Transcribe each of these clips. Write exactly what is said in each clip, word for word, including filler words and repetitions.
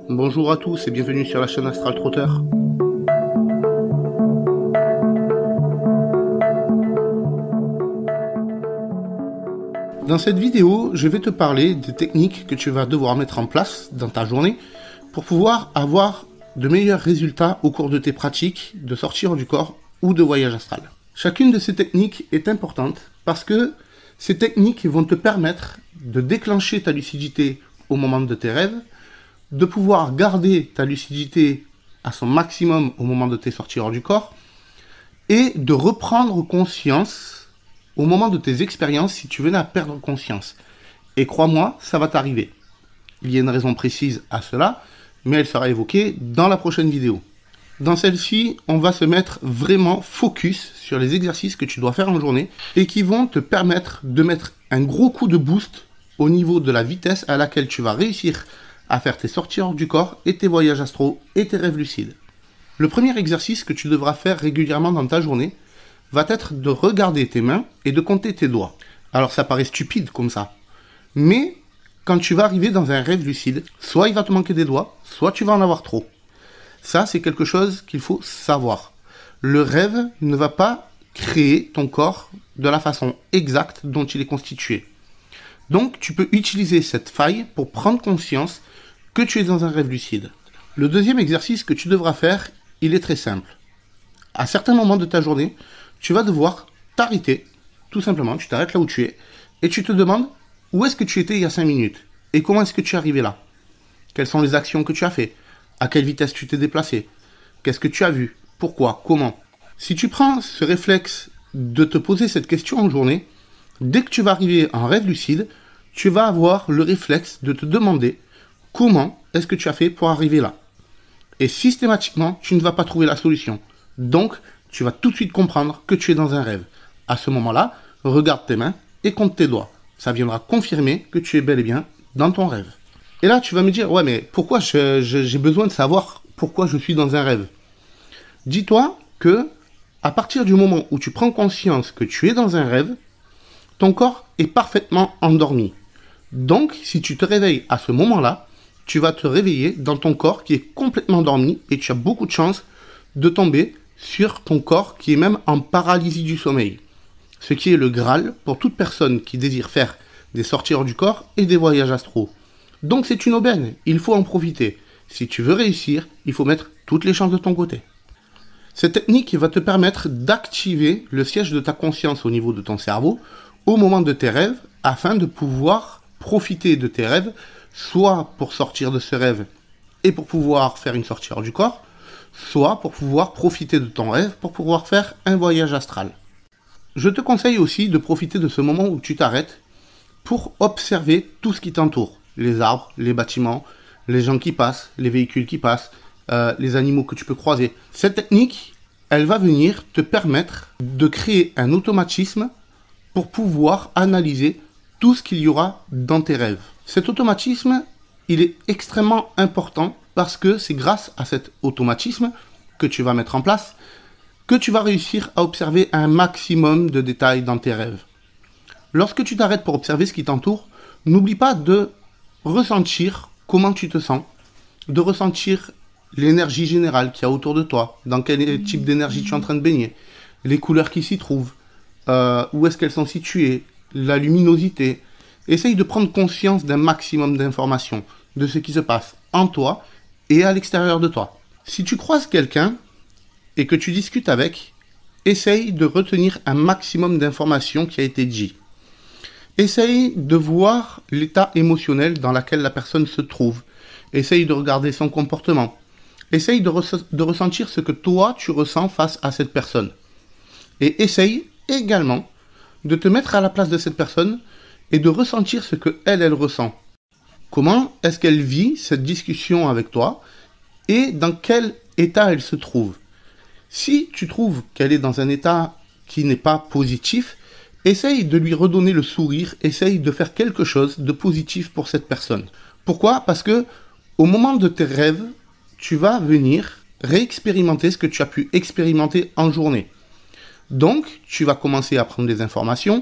Bonjour à tous et bienvenue sur la chaîne Astral Trotter. Dans cette vidéo, je vais te parler des techniques que tu vas devoir mettre en place dans ta journée pour pouvoir avoir de meilleurs résultats au cours de tes pratiques de sortir du corps ou de voyage astral. Chacune de ces techniques est importante parce que ces techniques vont te permettre de déclencher ta lucidité au moment de tes rêves, de pouvoir garder ta lucidité à son maximum au moment de tes sorties hors du corps et de reprendre conscience au moment de tes expériences si tu venais à perdre conscience. Et crois-moi, ça va t'arriver. Il y a une raison précise à cela, mais elle sera évoquée dans la prochaine vidéo. Dans celle-ci, on va se mettre vraiment focus sur les exercices que tu dois faire en journée et qui vont te permettre de mettre un gros coup de boost au niveau de la vitesse à laquelle tu vas réussir à faire tes sorties hors du corps et tes voyages astraux et tes rêves lucides. Le premier exercice que tu devras faire régulièrement dans ta journée va être de regarder tes mains et de compter tes doigts. Alors ça paraît stupide comme ça, mais quand tu vas arriver dans un rêve lucide, soit il va te manquer des doigts, soit tu vas en avoir trop. Ça, c'est quelque chose qu'il faut savoir. Le rêve ne va pas créer ton corps de la façon exacte dont il est constitué. Donc, tu peux utiliser cette faille pour prendre conscience que tu es dans un rêve lucide. Le deuxième exercice que tu devras faire, il est très simple. À certains moments de ta journée, tu vas devoir t'arrêter, tout simplement, tu t'arrêtes là où tu es, et tu te demandes où est-ce que tu étais il y a cinq minutes, et comment est-ce que tu es arrivé là. Quelles sont les actions que tu as faites, à quelle vitesse tu t'es déplacé, qu'est-ce que tu as vu, pourquoi, comment. Si tu prends ce réflexe de te poser cette question en journée, dès que tu vas arriver en rêve lucide, tu vas avoir le réflexe de te demander comment est-ce que tu as fait pour arriver là. Et systématiquement, tu ne vas pas trouver la solution. Donc, tu vas tout de suite comprendre que tu es dans un rêve. À ce moment-là, regarde tes mains et compte tes doigts. Ça viendra confirmer que tu es bel et bien dans ton rêve. Et là, tu vas me dire, ouais, mais pourquoi je, je, j'ai besoin de savoir pourquoi je suis dans un rêve? Dis-toi que, à partir du moment où tu prends conscience que tu es dans un rêve, ton corps est parfaitement endormi. Donc, si tu te réveilles à ce moment-là, tu vas te réveiller dans ton corps qui est complètement endormi et tu as beaucoup de chances de tomber sur ton corps qui est même en paralysie du sommeil. Ce qui est le Graal pour toute personne qui désire faire des sorties hors du corps et des voyages astraux. Donc c'est une aubaine, il faut en profiter. Si tu veux réussir, il faut mettre toutes les chances de ton côté. Cette technique va te permettre d'activer le siège de ta conscience au niveau de ton cerveau au moment de tes rêves afin de pouvoir profiter de tes rêves, soit pour sortir de ce rêve et pour pouvoir faire une sortie hors du corps, soit pour pouvoir profiter de ton rêve pour pouvoir faire un voyage astral. Je te conseille aussi de profiter de ce moment où tu t'arrêtes pour observer tout ce qui t'entoure. Les arbres, les bâtiments, les gens qui passent, les véhicules qui passent, euh, les animaux que tu peux croiser. Cette technique, elle va venir te permettre de créer un automatisme pour pouvoir analyser tout ce qu'il y aura dans tes rêves. Cet automatisme, il est extrêmement important parce que c'est grâce à cet automatisme que tu vas mettre en place que tu vas réussir à observer un maximum de détails dans tes rêves. Lorsque tu t'arrêtes pour observer ce qui t'entoure, n'oublie pas de ressentir comment tu te sens, de ressentir l'énergie générale qu'il y a autour de toi, dans quel type d'énergie tu es en train de baigner, les couleurs qui s'y trouvent, euh, où est-ce qu'elles sont situées, la luminosité. Essaye de prendre conscience d'un maximum d'informations, de ce qui se passe en toi et à l'extérieur de toi. Si tu croises quelqu'un et que tu discutes avec, essaye de retenir un maximum d'informations qui a été dit. Essaye de voir l'état émotionnel dans lequel la personne se trouve. Essaye de regarder son comportement. Essaye de, re- de ressentir ce que toi tu ressens face à cette personne. Et essaye également de te mettre à la place de cette personne et de ressentir ce que elle, elle ressent. Comment est-ce qu'elle vit cette discussion avec toi et dans quel état elle se trouve. Si tu trouves qu'elle est dans un état qui n'est pas positif, essaye de lui redonner le sourire, essaye de faire quelque chose de positif pour cette personne. Pourquoi ? Parce que au moment de tes rêves, tu vas venir réexpérimenter ce que tu as pu expérimenter en journée. Donc, tu vas commencer à prendre des informations,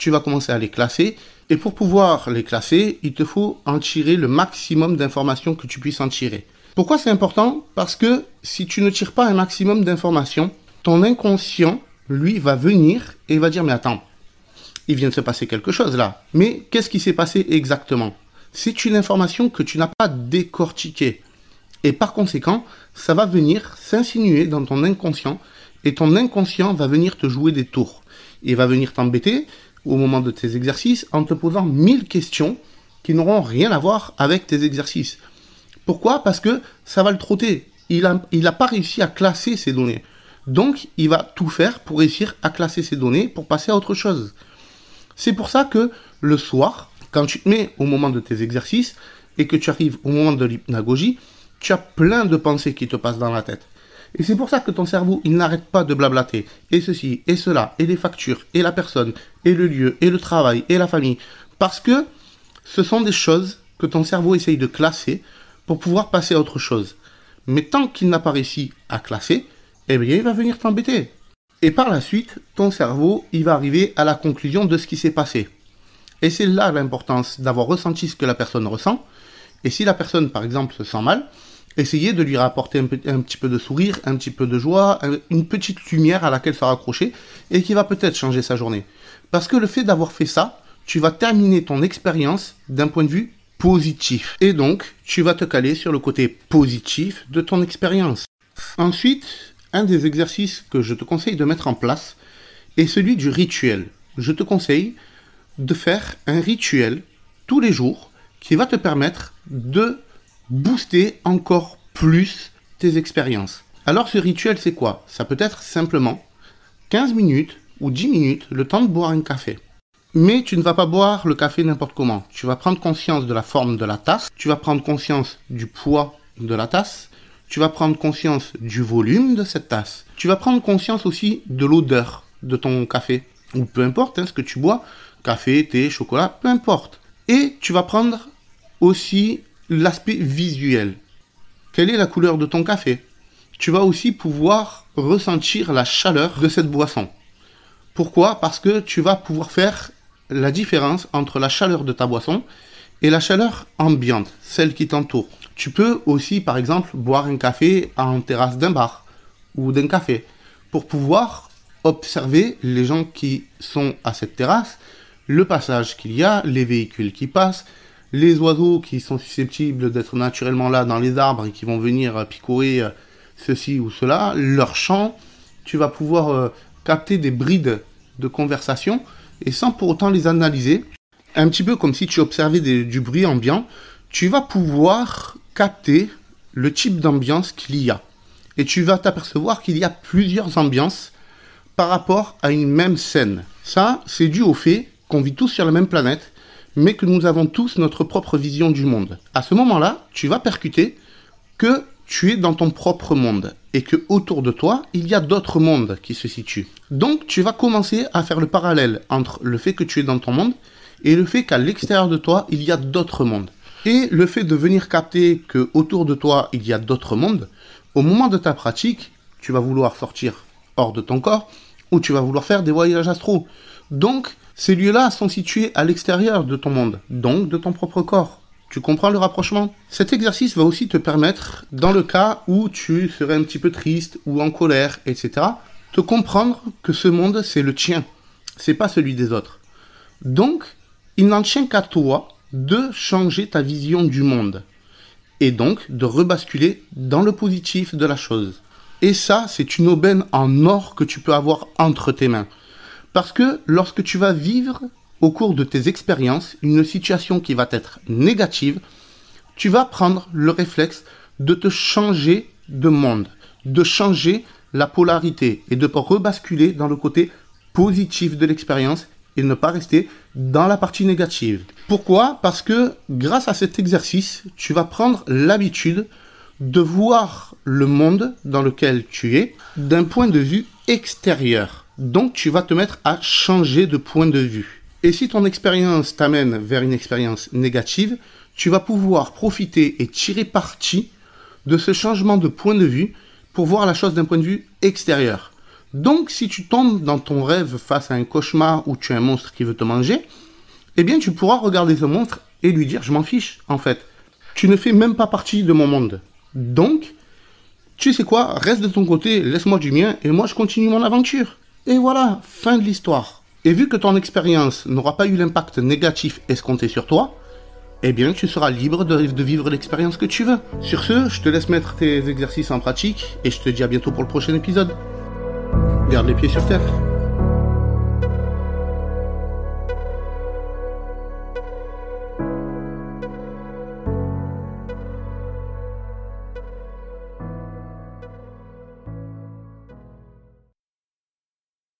tu vas commencer à les classer. Et pour pouvoir les classer, il te faut en tirer le maximum d'informations que tu puisses en tirer. Pourquoi c'est important? Parce que si tu ne tires pas un maximum d'informations, ton inconscient, lui, va venir et va dire « Mais attends, il vient de se passer quelque chose là. Mais qu'est-ce qui s'est passé exactement ?» C'est une information que tu n'as pas décortiquée. Et par conséquent, ça va venir s'insinuer dans ton inconscient et ton inconscient va venir te jouer des tours. Il va venir t'embêter au moment de tes exercices en te posant mille questions qui n'auront rien à voir avec tes exercices. Pourquoi? Parce que ça va le trotter. Il n'a il a pas réussi à classer ses données. Donc, il va tout faire pour réussir à classer ses données pour passer à autre chose. C'est pour ça que le soir, quand tu te mets au moment de tes exercices et que tu arrives au moment de l'hypnagogie, tu as plein de pensées qui te passent dans la tête. Et c'est pour ça que ton cerveau, il n'arrête pas de blablater. Et ceci, et cela, et les factures, et la personne, et le lieu, et le travail, et la famille. Parce que ce sont des choses que ton cerveau essaye de classer pour pouvoir passer à autre chose. Mais tant qu'il n'a pas réussi à classer, eh bien, il va venir t'embêter. Et par la suite, ton cerveau, il va arriver à la conclusion de ce qui s'est passé. Et c'est là l'importance d'avoir ressenti ce que la personne ressent. Et si la personne, par exemple, se sent mal, essayez de lui rapporter un, petit, un petit peu de sourire, un petit peu de joie, une petite lumière à laquelle se raccrocher et qui va peut-être changer sa journée. Parce que le fait d'avoir fait ça, tu vas terminer ton expérience d'un point de vue positif. Et donc, tu vas te caler sur le côté positif de ton expérience. Ensuite, un des exercices que je te conseille de mettre en place est celui du rituel. Je te conseille de faire un rituel tous les jours qui va te permettre de booster encore plus tes expériences. Alors ce rituel, c'est quoi? Ça peut être simplement quinze minutes ou dix minutes, le temps de boire un café. Mais tu ne vas pas boire le café n'importe comment. Tu vas prendre conscience de la forme de la tasse, tu vas prendre conscience du poids de la tasse, tu vas prendre conscience du volume de cette tasse, tu vas prendre conscience aussi de l'odeur de ton café, ou peu importe hein, ce que tu bois, café, thé, chocolat, peu importe. Et tu vas prendre aussi l'aspect visuel. Quelle est la couleur de ton café? Tu vas aussi pouvoir ressentir la chaleur de cette boisson. Pourquoi? Parce que tu vas pouvoir faire la différence entre la chaleur de ta boisson et la chaleur ambiante, celle qui t'entoure. Tu peux aussi, par exemple, boire un café en terrasse d'un bar ou d'un café pour pouvoir observer les gens qui sont à cette terrasse, le passage qu'il y a, les véhicules qui passent, les oiseaux qui sont susceptibles d'être naturellement là dans les arbres et qui vont venir picorer ceci ou cela, leurs chants. Tu vas pouvoir euh, capter des brides de conversation et sans pour autant les analyser. Un petit peu comme si tu observais des, du bruit ambiant, tu vas pouvoir capter le type d'ambiance qu'il y a. Et tu vas t'apercevoir qu'il y a plusieurs ambiances par rapport à une même scène. Ça, c'est dû au fait qu'on vit tous sur la même planète, mais que nous avons tous notre propre vision du monde. À ce moment-là, tu vas percuter que tu es dans ton propre monde et que autour de toi, il y a d'autres mondes qui se situent. Donc, tu vas commencer à faire le parallèle entre le fait que tu es dans ton monde et le fait qu'à l'extérieur de toi, il y a d'autres mondes. Et le fait de venir capter que autour de toi, il y a d'autres mondes, au moment de ta pratique, tu vas vouloir sortir hors de ton corps ou tu vas vouloir faire des voyages astraux. Donc, ces lieux-là sont situés à l'extérieur de ton monde, donc de ton propre corps. Tu comprends le rapprochement? Cet exercice va aussi te permettre, dans le cas où tu serais un petit peu triste ou en colère, et cetera, te comprendre que ce monde, c'est le tien, c'est pas celui des autres. Donc, il n'en tient qu'à toi de changer ta vision du monde, et donc de rebasculer dans le positif de la chose. Et ça, c'est une aubaine en or que tu peux avoir entre tes mains. Parce que lorsque tu vas vivre au cours de tes expériences une situation qui va être négative, tu vas prendre le réflexe de te changer de monde, de changer la polarité et de rebasculer dans le côté positif de l'expérience et ne pas rester dans la partie négative. Pourquoi? Parce que grâce à cet exercice, tu vas prendre l'habitude de voir le monde dans lequel tu es d'un point de vue extérieur. Donc, tu vas te mettre à changer de point de vue. Et si ton expérience t'amène vers une expérience négative, tu vas pouvoir profiter et tirer parti de ce changement de point de vue pour voir la chose d'un point de vue extérieur. Donc si tu tombes dans ton rêve face à un cauchemar où tu as un monstre qui veut te manger, eh bien tu pourras regarder ce monstre et lui dire je m'en fiche en fait. Tu ne fais même pas partie de mon monde. Donc, tu sais quoi, reste de ton côté, laisse-moi du mien et moi je continue mon aventure. Et voilà, fin de l'histoire. Et vu que ton expérience n'aura pas eu l'impact négatif escompté sur toi, eh bien tu seras libre de, de vivre l'expérience que tu veux. Sur ce, je te laisse mettre tes exercices en pratique et je te dis à bientôt pour le prochain épisode. Garde les pieds sur terre.